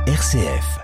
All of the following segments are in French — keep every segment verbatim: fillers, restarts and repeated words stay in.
R C F.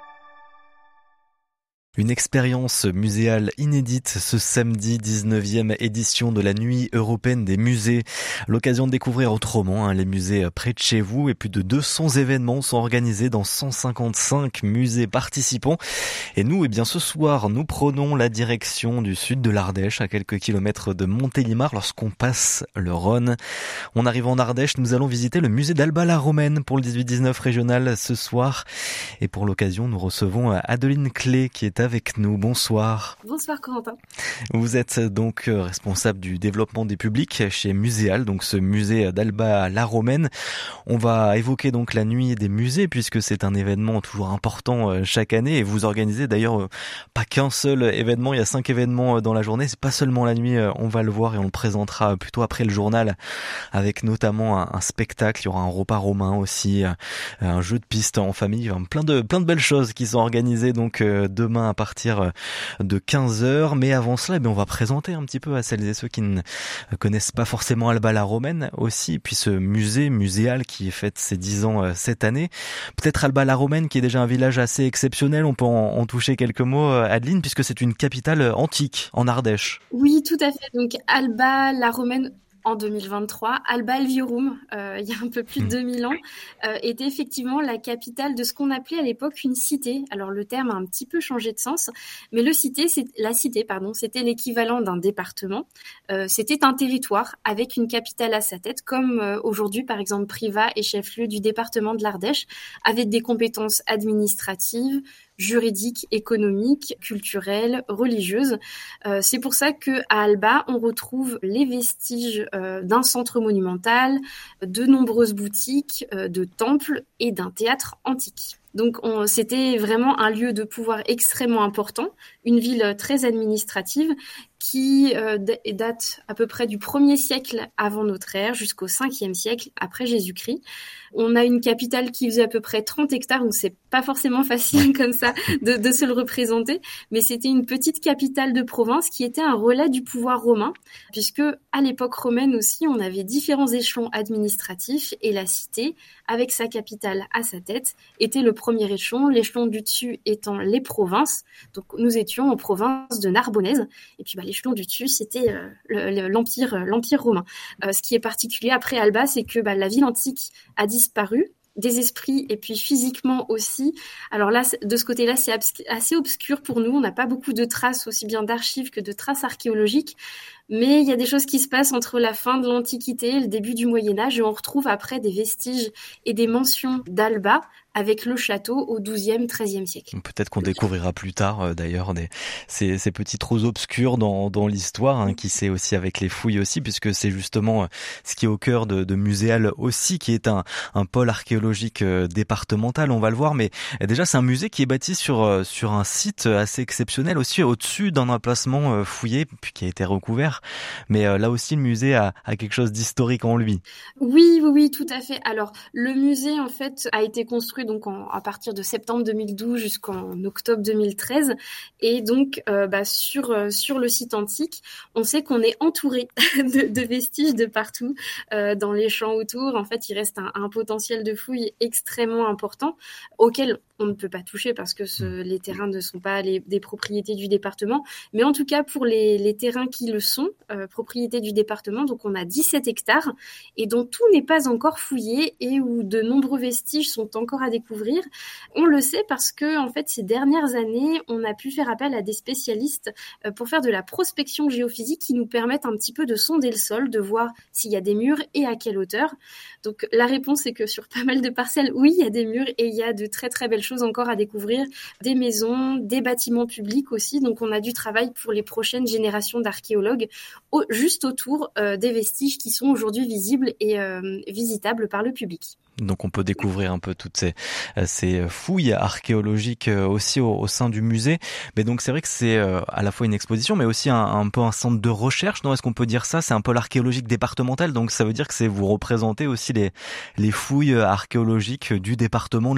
Une expérience muséale inédite ce samedi, dix-neuvième édition de la Nuit européenne des musées. L'occasion de découvrir autrement hein, les musées près de chez vous et plus de deux cents événements sont organisés dans cent cinquante-cinq musées participants. Et nous, eh bien, ce soir, nous prenons la direction du sud de l'Ardèche, à quelques kilomètres de Montélimar, lorsqu'on passe le Rhône. En arrivant en Ardèche, nous allons visiter le musée d'Alba-la-Romaine pour le dix-huit dix-neuf régional ce soir. Et pour l'occasion, nous recevons Adeline Clé qui est avec nous. Bonsoir. Bonsoir Corentin. Vous êtes donc responsable du développement des publics chez Muséal, donc ce musée d'Alba-la-Romaine. On va évoquer donc la nuit des musées puisque c'est un événement toujours important chaque année et vous organisez d'ailleurs pas qu'un seul événement, il y a cinq événements dans la journée, c'est pas seulement la nuit, on va le voir et on le présentera plutôt après le journal avec notamment un, un spectacle, il y aura un repas romain aussi, un jeu de piste en famille, plein de, plein de belles choses qui sont organisées donc demain à partir de quinze heures. Mais avant cela, eh bien, on va présenter un petit peu à celles et ceux qui ne connaissent pas forcément Alba-la-Romaine aussi, puis ce musée, Muséal qui fête ses dix ans cette année. Peut-être Alba-la-Romaine qui est déjà un village assez exceptionnel, on peut en, en toucher quelques mots, Adeline, puisque c'est une capitale antique en Ardèche. Oui, tout à fait. Donc Alba-la-Romaine en deux mille vingt-trois, Alba Elviorum, euh, il y a un peu plus de deux mille ans, euh, était effectivement la capitale de ce qu'on appelait à l'époque une cité. Alors le terme a un petit peu changé de sens, mais le cité, c'est, la cité, pardon, c'était l'équivalent d'un département. Euh, c'était un territoire avec une capitale à sa tête, comme euh, aujourd'hui par exemple Privas est chef-lieu du département de l'Ardèche, avec des compétences administratives, juridiques, économiques, culturelles, religieuses. Euh, c'est pour ça que à Alba, on retrouve les vestiges euh, d'un centre monumental, de nombreuses boutiques, euh, de temples et d'un théâtre antique. Donc on, c'était vraiment un lieu de pouvoir extrêmement important, une ville très administrative qui euh, date à peu près du premier siècle avant notre ère jusqu'au cinquième siècle après Jésus-Christ. On a une capitale qui faisait à peu près trente hectares, donc c'est pas forcément facile comme ça de, de se le représenter, mais c'était une petite capitale de province qui était un relais du pouvoir romain, puisque à l'époque romaine aussi, on avait différents échelons administratifs et la cité, avec sa capitale à sa tête, était le premier échelon, l'échelon du dessus étant les provinces. Donc nous étions en province de Narbonnaise, et puis bah, l'échelon du dessus, c'était euh, le, l'empire, euh, l'empire romain. Euh, ce qui est particulier après Alba, c'est que bah, la ville antique a disparu, des esprits et puis physiquement aussi. Alors là, de ce côté-là, c'est assez obscur pour nous. On n'a pas beaucoup de traces, aussi bien d'archives que de traces archéologiques. Mais il y a des choses qui se passent entre la fin de l'Antiquité et le début du Moyen-Âge et on retrouve après des vestiges et des mentions d'Alba avec le château au douzième, treizième siècle. Peut-être qu'on découvrira plus tard euh, d'ailleurs des, ces, ces petits trous obscurs dans, dans l'histoire, hein, qui sait aussi avec les fouilles aussi, puisque c'est justement euh, ce qui est au cœur de, de Muséal aussi, qui est un, un pôle archéologique euh, départemental, on va le voir. Mais euh, déjà, c'est un musée qui est bâti sur, euh, sur un site assez exceptionnel, aussi au-dessus d'un emplacement euh, fouillé, puis qui a été recouvert. Mais euh, là aussi, le musée a, a quelque chose d'historique en lui. Oui, oui, oui, tout à fait. Alors, le musée, en fait, a été construit donc en, à partir de septembre deux mille douze jusqu'en octobre deux mille treize. Et donc, euh, bah, sur, euh, sur le site antique, on sait qu'on est entouré de, de vestiges de partout. Euh, dans les champs autour, en fait, il reste un, un potentiel de fouilles extrêmement important auquel on ne peut pas toucher parce que ce, les terrains ne sont pas les, des propriétés du département. Mais en tout cas, pour les, les terrains qui le sont, euh, propriété du département, donc on a dix-sept hectares et dont tout n'est pas encore fouillé et où de nombreux vestiges sont encore à découvrir. On le sait parce que, en fait, ces dernières années, on a pu faire appel à des spécialistes euh, pour faire de la prospection géophysique qui nous permettent un petit peu de sonder le sol, de voir s'il y a des murs et à quelle hauteur. Donc la réponse est que sur pas mal de parcelles, oui, il y a des murs et il y a de très très belles choses encore à découvrir, des maisons, des bâtiments publics aussi. Donc on a du travail pour les prochaines générations d'archéologues au, juste autour euh, des vestiges qui sont aujourd'hui visibles et euh, visitables par le public. Donc on peut découvrir un peu toutes ces, ces fouilles archéologiques aussi au, au sein du musée. Mais donc c'est vrai que c'est à la fois une exposition, mais aussi un, un peu un centre de recherche. Non, est-ce qu'on peut dire ça ? C'est un pôle archéologique départemental, donc ça veut dire que c'est vous représentez aussi les, les fouilles archéologiques du département de l'Ardèche ?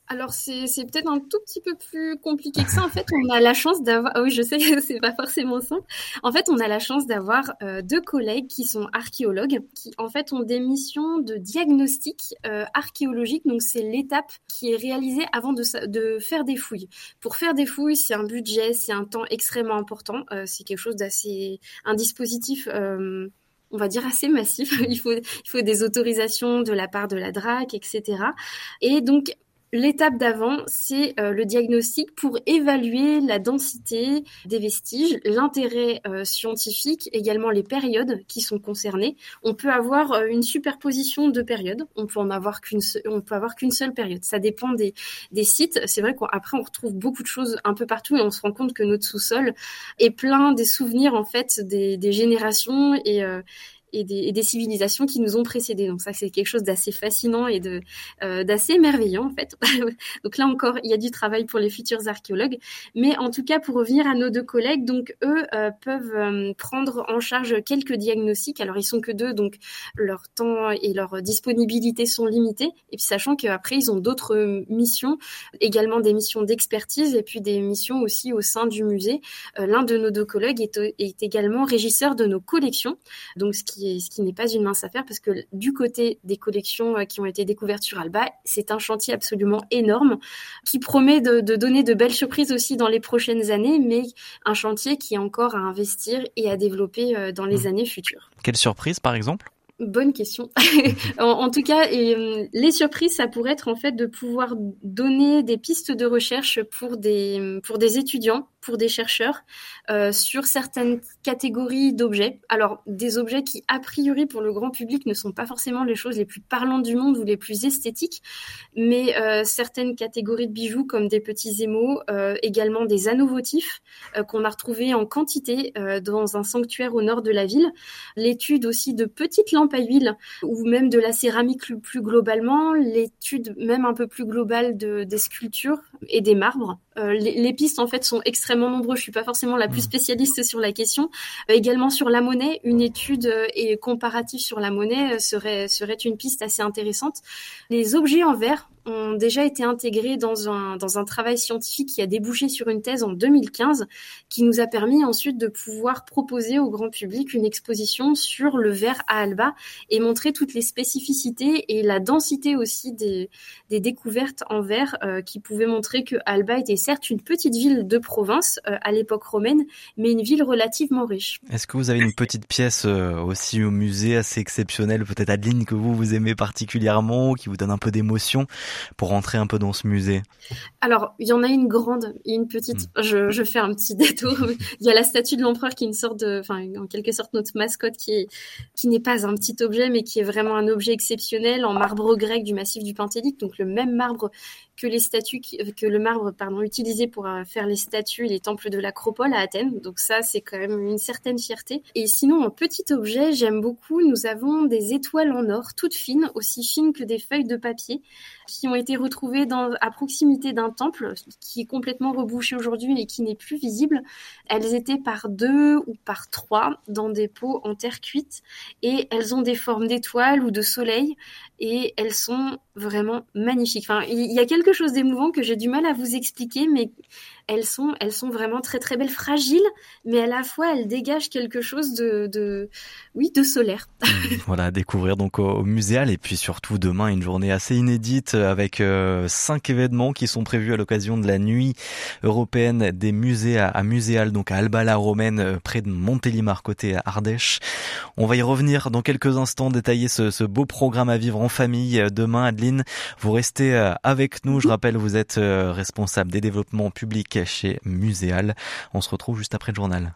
Alors c'est c'est peut-être un tout petit peu plus compliqué que ça. En fait, on a la chance d'avoir. Ah oui, je sais que c'est pas forcément simple. En fait, on a la chance d'avoir euh, deux collègues qui sont archéologues, qui en fait ont des missions de diagnostic euh, archéologique. Donc c'est l'étape qui est réalisée avant de de faire des fouilles. Pour faire des fouilles, c'est un budget, c'est un temps extrêmement important. Euh, c'est quelque chose d'assez un dispositif. Euh, on va dire assez massif. Il faut, il faut des autorisations de la part de la D R A C, et cetera. Et donc, l'étape d'avant, c'est euh, le diagnostic pour évaluer la densité des vestiges, l'intérêt euh, scientifique, également les périodes qui sont concernées. On peut avoir euh, une superposition de périodes, on peut en avoir qu'une, se- on peut avoir qu'une seule période. Ça dépend des, des sites. C'est vrai qu'après on retrouve beaucoup de choses un peu partout et on se rend compte que notre sous-sol est plein des souvenirs en fait des, des générations et euh, et des, et des civilisations qui nous ont précédés. Donc ça, c'est quelque chose d'assez fascinant et de euh, d'assez émerveillant en fait. Donc là encore, il y a du travail pour les futurs archéologues. Mais en tout cas, pour revenir à nos deux collègues, donc eux euh, peuvent euh, prendre en charge quelques diagnostics. Alors ils sont que deux, donc leur temps et leur disponibilité sont limités. Et puis sachant qu'après, ils ont d'autres missions, également des missions d'expertise et puis des missions aussi au sein du musée. Euh, l'un de nos deux collègues est, est également régisseur de nos collections. Donc ce qui ce qui n'est pas une mince affaire parce que du côté des collections qui ont été découvertes sur Alba, c'est un chantier absolument énorme qui promet de, de donner de belles surprises aussi dans les prochaines années, mais un chantier qui est encore à investir et à développer dans les années futures. Quelle surprise par exemple ? Bonne question. en, en tout cas, et, les surprises, ça pourrait être en fait de pouvoir donner des pistes de recherche pour des pour des étudiants, pour des chercheurs, euh, sur certaines catégories d'objets. Alors, des objets qui, a priori, pour le grand public, ne sont pas forcément les choses les plus parlantes du monde ou les plus esthétiques, mais euh, certaines catégories de bijoux comme des petits émaux, euh, également des anneaux votifs euh, qu'on a retrouvés en quantité euh, dans un sanctuaire au nord de la ville. L'étude aussi de petites lampes à huile ou même de la céramique plus globalement, l'étude même un peu plus globale de, des sculptures et des marbres. Euh, les, les pistes en fait sont extrêmement nombreuses. Je suis pas forcément la plus spécialiste sur la question. Euh, également sur la monnaie, une étude euh, et comparative sur la monnaie euh, serait serait une piste assez intéressante. Les objets en verre ont déjà été intégrés dans un dans un travail scientifique qui a débouché sur une thèse en deux mille quinze qui nous a permis ensuite de pouvoir proposer au grand public une exposition sur le verre à Alba et montrer toutes les spécificités et la densité aussi des des découvertes en verre euh, qui pouvaient montrer que Alba était certes une petite ville de province euh, à l'époque romaine, mais une ville relativement riche. Est-ce que vous avez une petite pièce euh, aussi au musée assez exceptionnelle, peut-être Adeline, que vous vous aimez particulièrement, qui vous donne un peu d'émotion pour rentrer un peu dans ce musée? Alors, il y en a une grande et une petite. Mmh. Je, je fais un petit détour. Il y a la statue de l'empereur qui est une sorte de, enfin, en quelque sorte notre mascotte qui est, qui n'est pas un petit objet, mais qui est vraiment un objet exceptionnel en marbre grec du massif du Pentélique, donc le même marbre que les statues, que le marbre, pardon, utilisé pour faire les statues et les temples de l'Acropole à Athènes. Donc ça, c'est quand même une certaine fierté. Et sinon, en petit objet, j'aime beaucoup, nous avons des étoiles en or, toutes fines, aussi fines que des feuilles de papier, qui ont été retrouvées dans, à proximité d'un temple qui est complètement rebouché aujourd'hui et qui n'est plus visible. Elles étaient par deux ou par trois dans des pots en terre cuite et elles ont des formes d'étoiles ou de soleil et elles sont vraiment magnifiques. Enfin, il y a quelque chose d'émouvant que j'ai du mal à vous expliquer, mais elles sont, elles sont vraiment très très belles, fragiles, mais à la fois elles dégagent quelque chose de, de oui, de solaire. Voilà, à découvrir donc au, au Muséal et puis surtout demain une journée assez inédite avec euh, cinq événements qui sont prévus à l'occasion de la nuit européenne des musées à, à Muséal, donc à Alba la Romaine, euh, près de Montélimar, côté Ardèche. On va y revenir dans quelques instants, détailler ce, ce beau programme à vivre en famille demain. Adeline, vous restez avec nous. Je rappelle, vous êtes responsable des développements publics chez Muséal. On se retrouve juste après le journal.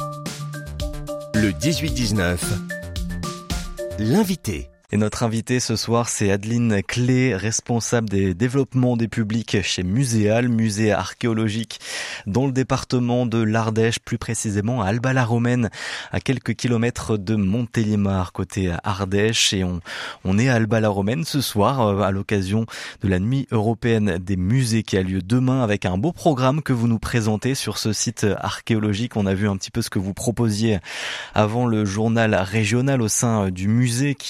Le dix-huit dix-neuf, l'invité. Et notre invité ce soir, c'est Adeline Clé, responsable des développements des publics chez Muséal, musée archéologique dans le département de l'Ardèche, plus précisément à Alba la Romaine, à quelques kilomètres de Montélimar, côté Ardèche. Et on, on est à Alba la Romaine ce soir, à l'occasion de la nuit européenne des musées qui a lieu demain, avec un beau programme que vous nous présentez sur ce site archéologique. On a vu un petit peu ce que vous proposiez avant le journal régional au sein du musée, qui est donc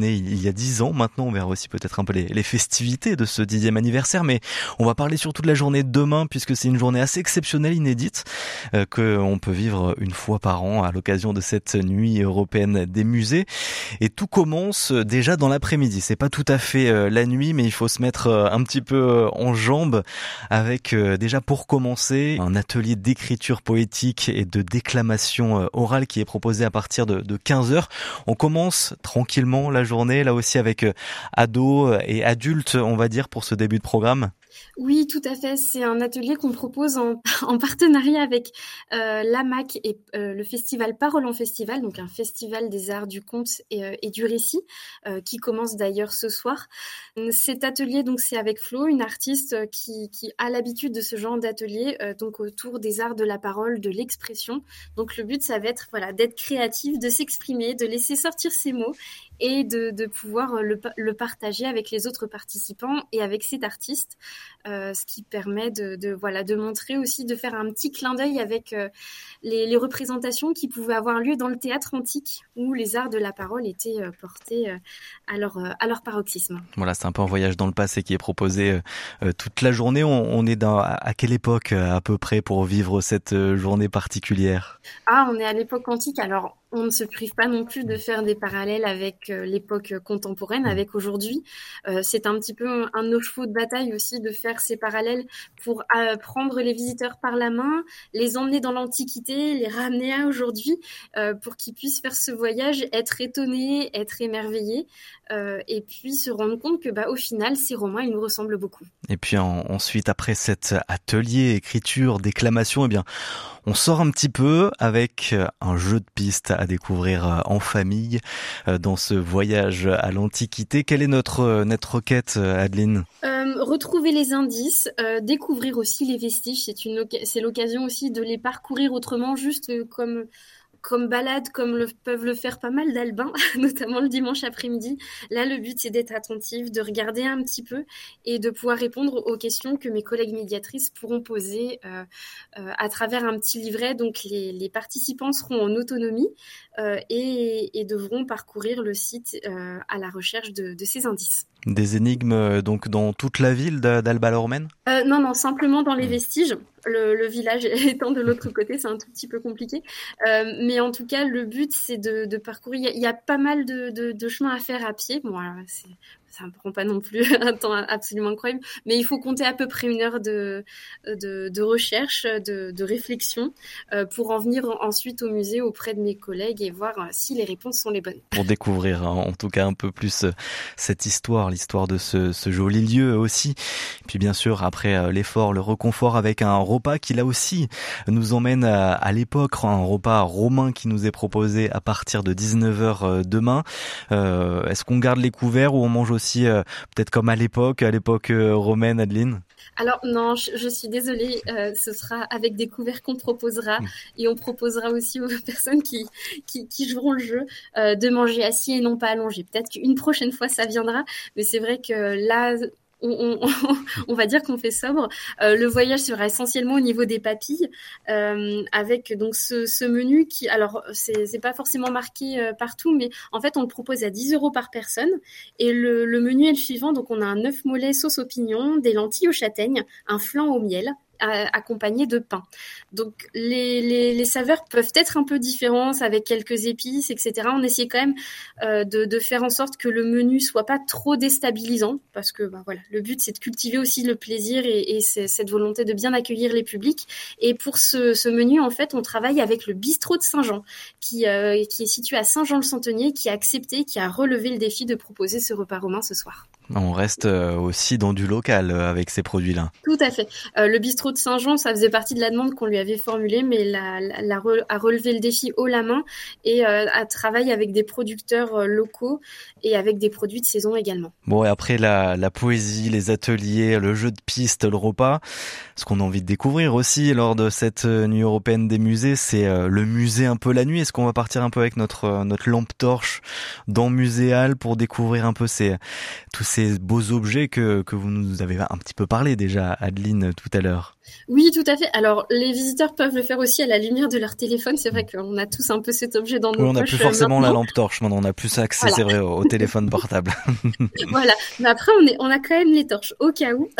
né il y a dix ans. Maintenant, on verra aussi peut-être un peu les, les festivités de ce dixième anniversaire, mais on va parler surtout de la journée de demain, puisque c'est une journée assez exceptionnelle, inédite, euh, qu'on peut vivre une fois par an à l'occasion de cette nuit européenne des musées. Et tout commence déjà dans l'après-midi. C'est pas tout à fait euh, la nuit, mais il faut se mettre euh, un petit peu euh, en jambes avec euh, déjà pour commencer un atelier d'écriture poétique et de déclamation euh, orale qui est proposé à partir de, de quinze heures. On commence tranquillement la journée, là aussi avec euh, ados et adultes, on va dire, pour ce début de programme. Oui, tout à fait. C'est un atelier qu'on propose en, en partenariat avec euh, l'A M A C et euh, le festival Parole en Festival, donc un festival des arts du conte et, euh, et du récit, euh, qui commence d'ailleurs ce soir. Cet atelier, donc, c'est avec Flo, une artiste qui, qui a l'habitude de ce genre d'atelier, euh, donc autour des arts de la parole, de l'expression. Donc le but, ça va être voilà, d'être créatif, de s'exprimer, de laisser sortir ses mots et de, de pouvoir le, le partager avec les autres participants et avec cet artiste. Euh, ce qui permet de, de voilà de montrer aussi, de faire un petit clin d'œil avec euh, les, les représentations qui pouvaient avoir lieu dans le théâtre antique où les arts de la parole étaient euh, portés euh, à leur euh, à leur paroxysme. Voilà, c'est un peu un voyage dans le passé qui est proposé euh, toute la journée. On, on est dans à quelle époque à peu près pour vivre cette journée particulière? Ah, on est à l'époque antique. Alors, on ne se prive pas non plus de faire des parallèles avec euh, l'époque contemporaine, avec aujourd'hui. Euh, c'est un petit peu un, un de nos chevaux de bataille aussi de faire ces parallèles pour euh, prendre les visiteurs par la main, les emmener dans l'Antiquité, les ramener à aujourd'hui, euh, pour qu'ils puissent faire ce voyage, être étonnés, être émerveillés, euh, et puis se rendre compte que, bah, au final, ces Romains, ils nous ressemblent beaucoup. Et puis en, ensuite, après cet atelier écriture, déclamation, eh bien, on sort un petit peu avec un jeu de piste à découvrir en famille dans ce voyage à l'Antiquité. Quelle est notre, notre quête, Adeline ? euh, Retrouver les indices, euh, découvrir aussi les vestiges. C'est, une, c'est l'occasion aussi de les parcourir autrement, juste comme... comme balade, comme le, peuvent le faire pas mal d'Albins, notamment le dimanche après-midi. Là, le but, c'est d'être attentif, de regarder un petit peu et de pouvoir répondre aux questions que mes collègues médiatrices pourront poser euh, euh, à travers un petit livret. Donc, les, les participants seront en autonomie euh, et, et devront parcourir le site euh, à la recherche de, de ces indices. Des énigmes donc dans toute la ville d'Alba la Romaine ? euh, Non, non, simplement dans les vestiges. Le, le village étant de l'autre côté, c'est un tout petit peu compliqué. Euh, mais en tout cas, le but, c'est de, de parcourir. Il y, a, il y a pas mal de, de, de chemins à faire à pied. Bon, alors, c'est, ça ne prend pas non plus un temps absolument incroyable, mais il faut compter à peu près une heure de, de, de recherche, de, de réflexion, euh, pour en venir ensuite au musée auprès de mes collègues et voir si les réponses sont les bonnes. Pour découvrir, hein, en tout cas, un peu plus cette histoire, l'histoire de ce, ce joli lieu aussi. Et puis bien sûr, après l'effort, le reconfort avec un repas qui là aussi nous emmène à, à l'époque, un repas romain qui nous est proposé à partir de dix-neuf heures demain. Euh, est-ce qu'on garde les couverts ou on mange aussi euh, peut-être comme à l'époque, à l'époque euh, romaine, Adeline ? Alors non, je, je suis désolée, euh, ce sera avec des couverts qu'on proposera mmh. et on proposera aussi aux personnes qui, qui, qui joueront le jeu euh, de manger assis et non pas allongé. Peut-être qu'une prochaine fois ça viendra, mais c'est vrai que là... On, on, on va dire qu'on fait sobre. Euh, le voyage sera essentiellement au niveau des papilles, euh, avec donc ce, ce menu qui, alors c'est, c'est pas forcément marqué euh, partout, mais en fait on le propose à dix euros par personne. Et le, le menu est le suivant. Donc on a un œuf mollet sauce aux pignons, des lentilles aux châtaignes, un flan au miel, accompagné de pain. Donc les, les, les saveurs peuvent être un peu différentes avec quelques épices, et cetera. On essaie quand même euh, de, de faire en sorte que le menu soit pas trop déstabilisant, parce que bah, voilà, le but c'est de cultiver aussi le plaisir et, et c'est, cette volonté de bien accueillir les publics. Et pour ce, ce menu, en fait, on travaille avec le bistrot de Saint-Jean, qui, euh, qui est situé à Saint-Jean-le-Centenier, qui a accepté, qui a relevé le défi de proposer ce repas romain ce soir. On reste aussi dans du local avec ces produits-là. Tout à fait. Euh, le bistrot de Saint-Jean, ça faisait partie de la demande qu'on lui avait formulée, mais la, la, la a relevé le défi haut la main et euh, a travaillé avec des producteurs euh, locaux et avec des produits de saison également. Bon, et après la, la poésie, les ateliers, le jeu de piste, le repas, ce qu'on a envie de découvrir aussi lors de cette nuit européenne des musées, c'est euh, le musée un peu la nuit. Est-ce qu'on va partir un peu avec notre, notre lampe torche dans Muséal pour découvrir un peu ces, tous ces beaux objets que, que vous nous avez un petit peu parlé déjà, Adeline, tout à l'heure? Oui, tout à fait. Alors, les visiteurs peuvent le faire aussi à la lumière de leur téléphone. C'est vrai qu'on a tous un peu cet objet dans nos poches. Oui, on n'a plus forcément maintenant. la lampe torche. Maintenant, on a plus accès, Voilà. c'est vrai, au, au téléphone portable. Voilà. Mais après, on est, on a quand même les torches au cas où.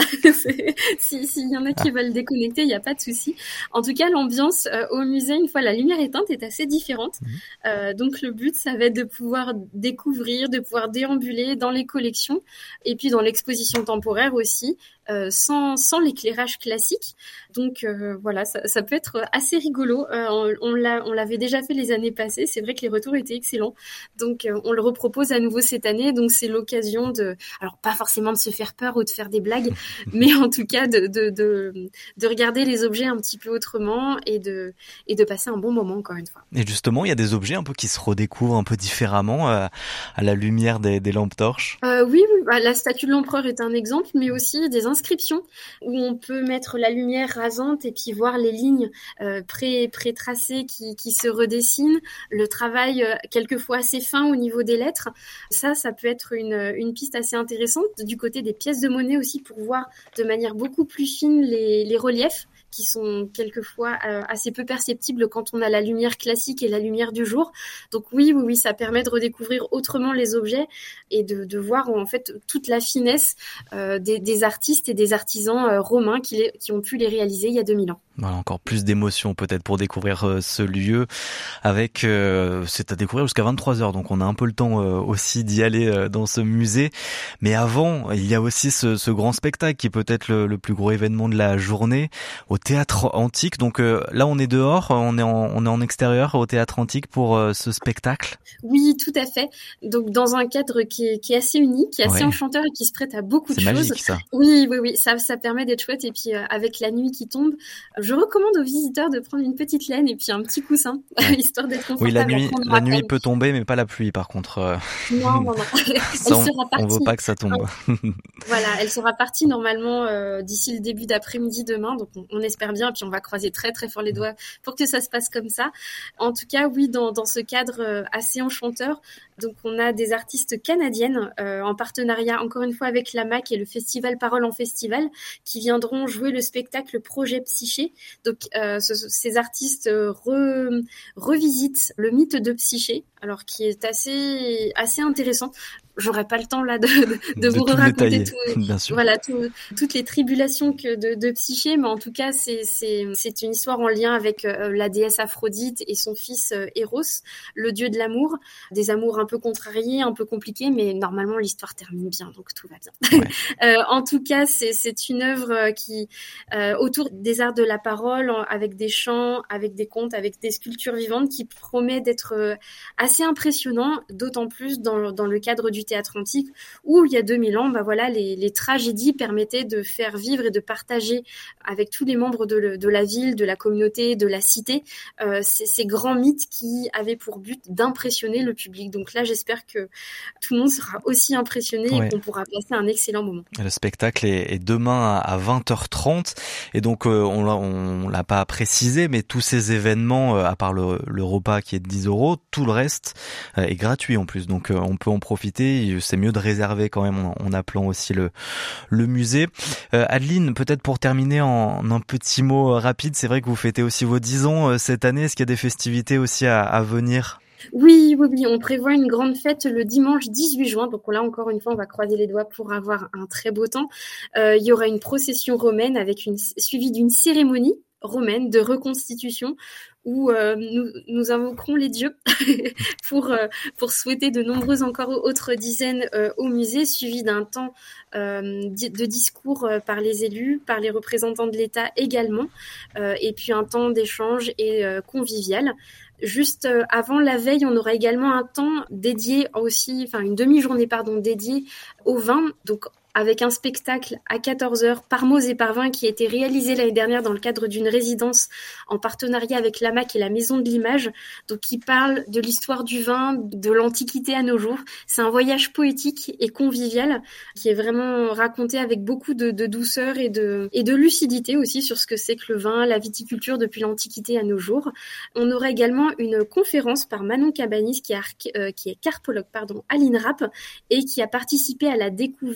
si, s'il y en a qui ah. veulent déconnecter, il n'y a pas de souci. En tout cas, l'ambiance euh, au musée, une fois la lumière éteinte, est assez différente. Mmh. Euh, donc, le but, ça va être de pouvoir découvrir, de pouvoir déambuler dans les collections et puis dans l'exposition temporaire aussi. Euh, sans, sans l'éclairage classique. Donc euh, voilà, ça, ça peut être assez rigolo. Euh, on, on, l'a, on l'avait déjà fait les années passées. C'est vrai que les retours étaient excellents. Donc euh, on le repropose à nouveau cette année. Donc c'est l'occasion de, alors pas forcément de se faire peur ou de faire des blagues, mais en tout cas de, de, de, de regarder les objets un petit peu autrement et de, et de passer un bon moment encore une fois. Et justement, il y a des objets un peu qui se redécouvrent un peu différemment euh, à la lumière des, des lampes torches. Euh, oui, oui bah, la statue de l'empereur est un exemple, mais aussi des inscriptions où on peut mettre la lumière rasante et puis voir les lignes euh, pré, pré-tracées qui, qui se redessinent, le travail euh, quelquefois assez fin au niveau des lettres. Ça, ça peut être une, une piste assez intéressante. Du côté des pièces de monnaie aussi, pour voir de manière beaucoup plus fine les, les reliefs qui sont quelquefois euh, assez peu perceptibles quand on a la lumière classique et la lumière du jour. Donc oui, oui, oui, ça permet de redécouvrir autrement les objets et de, de voir en fait toute la finesse euh, des, des artistes et des artisans euh, romains qui, les, qui ont pu les réaliser il y a deux mille ans. Voilà, encore plus d'émotions peut-être pour découvrir euh, ce lieu avec, euh, c'est à découvrir jusqu'à vingt-trois heures, donc on a un peu le temps euh, aussi d'y aller euh, dans ce musée. Mais avant, il y a aussi ce, ce grand spectacle qui est peut-être le, le plus gros événement de la journée au Théâtre Antique. Donc euh, là, on est dehors, on est en, on est en extérieur au Théâtre Antique pour euh, ce spectacle. Oui, tout à fait. Donc dans un cadre qui est, qui est assez unique, qui est assez ouais. enchanteur et qui se prête à beaucoup c'est de magique, choses. Ça. Oui, oui, oui, ça, ça permet d'être chouette. Et puis euh, avec la nuit qui tombe, je recommande aux visiteurs de prendre une petite laine et puis un petit coussin, ouais. histoire d'être confortable. Oui, la nuit, la nuit peut tomber, mais pas la pluie par contre. Euh... Non, non, non. Elle ça, on, sera partie. On veut pas que ça tombe. Voilà, elle sera partie normalement euh, d'ici le début d'après-midi demain, donc on, on espère bien. Et puis on va croiser très très fort les doigts pour que ça se passe comme ça. En tout cas, oui, dans, dans ce cadre euh, assez enchanteur. Donc on a des artistes canadiennes euh, en partenariat encore une fois avec l'A M A C et le festival Parole en Festival qui viendront jouer le spectacle Projet Psyché. Donc euh, ce, ces artistes re, revisitent le mythe de Psyché, alors qui est assez assez intéressant. J'aurais pas le temps là de, de, de, de vous raconter tout, bien sûr. voilà tout, toutes les tribulations que de, de Psyché, mais en tout cas c'est c'est c'est une histoire en lien avec euh, la déesse Aphrodite et son fils euh, Eros, le dieu de l'amour, des amours un peu contrariés, un peu compliqués, mais normalement l'histoire termine bien, donc tout va bien. Ouais. euh, en tout cas, c'est c'est une œuvre qui euh, autour des arts de la parole, avec des chants, avec des contes, avec des sculptures vivantes, qui promet d'être euh, assez impressionnant, d'autant plus dans dans le cadre du Théâtre Antique, où il y a deux mille ans, bah voilà, les, les tragédies permettaient de faire vivre et de partager avec tous les membres de, le, de la ville, de la communauté, de la cité, euh, ces, ces grands mythes qui avaient pour but d'impressionner le public. Donc là, j'espère que tout le monde sera aussi impressionné ouais. et qu'on pourra passer un excellent moment. Le spectacle est, est demain à vingt heures trente et donc euh, on l'a, on l'a pas précisé, mais tous ces événements, euh, à part le, le repas qui est de dix euros, tout le reste euh, est gratuit en plus. Donc euh, on peut en profiter. C'est mieux de réserver quand même en, en appelant aussi le, le musée. Euh, Adeline, peut-être pour terminer en, en un petit mot rapide, c'est vrai que vous fêtez aussi vos dix ans euh, cette année. Est-ce qu'il y a des festivités aussi à, à venir ? Oui, oui, oui, on prévoit une grande fête le dimanche dix-huit juin. Donc là, encore une fois, on va croiser les doigts pour avoir un très beau temps. Euh, il y aura une procession romaine avec une, suivie d'une cérémonie romaine de reconstitution où euh, nous, nous invoquerons les dieux pour euh, pour souhaiter de nombreuses encore autres dizaines euh, au musée, suivi d'un temps euh, de discours euh, par les élus, par les représentants de l'État également, euh, et puis un temps d'échange et euh, convivial. Juste euh, avant la veille, on aura également un temps dédié aussi, enfin une demi-journée pardon dédiée au vin, donc avec un spectacle à quatorze heures par mots et par vin qui a été réalisé l'année dernière dans le cadre d'une résidence en partenariat avec l'A M A C et la Maison de l'Image, donc qui parle de l'histoire du vin, de l'Antiquité à nos jours. C'est un voyage poétique et convivial qui est vraiment raconté avec beaucoup de, de douceur et de, et de lucidité aussi sur ce que c'est que le vin, la viticulture depuis l'Antiquité à nos jours. On aura également une conférence par Manon Cabanis qui est, arc, euh, qui est carpologue pardon, à l'INRAP et qui a participé à la découverte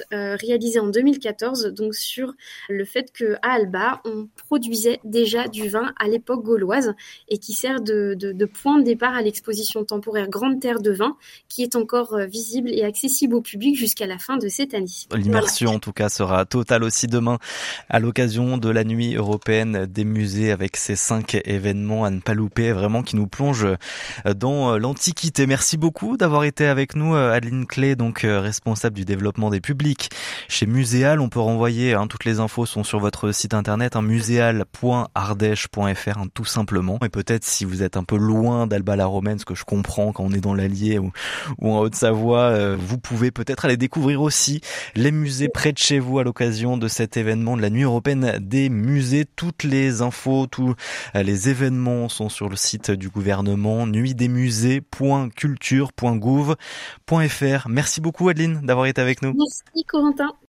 euh, réalisé en deux mille quatorze, donc sur le fait qu'à Alba, on produisait déjà du vin à l'époque gauloise et qui sert de, de, de point de départ à l'exposition temporaire Grande Terre de Vin, qui est encore euh, visible et accessible au public jusqu'à la fin de cette année. L'immersion voilà. En tout cas sera totale aussi demain à l'occasion de la nuit européenne des musées avec ces cinq événements à ne pas louper, vraiment qui nous plongent dans l'Antiquité. Merci beaucoup d'avoir été avec nous, Adeline Clé, donc responsable du développement des publics chez Muséal. On peut renvoyer, hein, toutes les infos sont sur votre site internet, hein, muséal point ardèche point f r, hein, tout simplement. Et peut-être si vous êtes un peu loin d'Alba-la-Romaine, ce que je comprends quand on est dans l'Allier ou, ou en Haute-Savoie, euh, vous pouvez peut-être aller découvrir aussi les musées près de chez vous à l'occasion de cet événement de la nuit européenne des musées. Toutes les infos, tous les événements sont sur le site du gouvernement, nuit des musées point culture point gouv point f r. Merci beaucoup Adeline d'avoir été avec nous. Merci Corentin.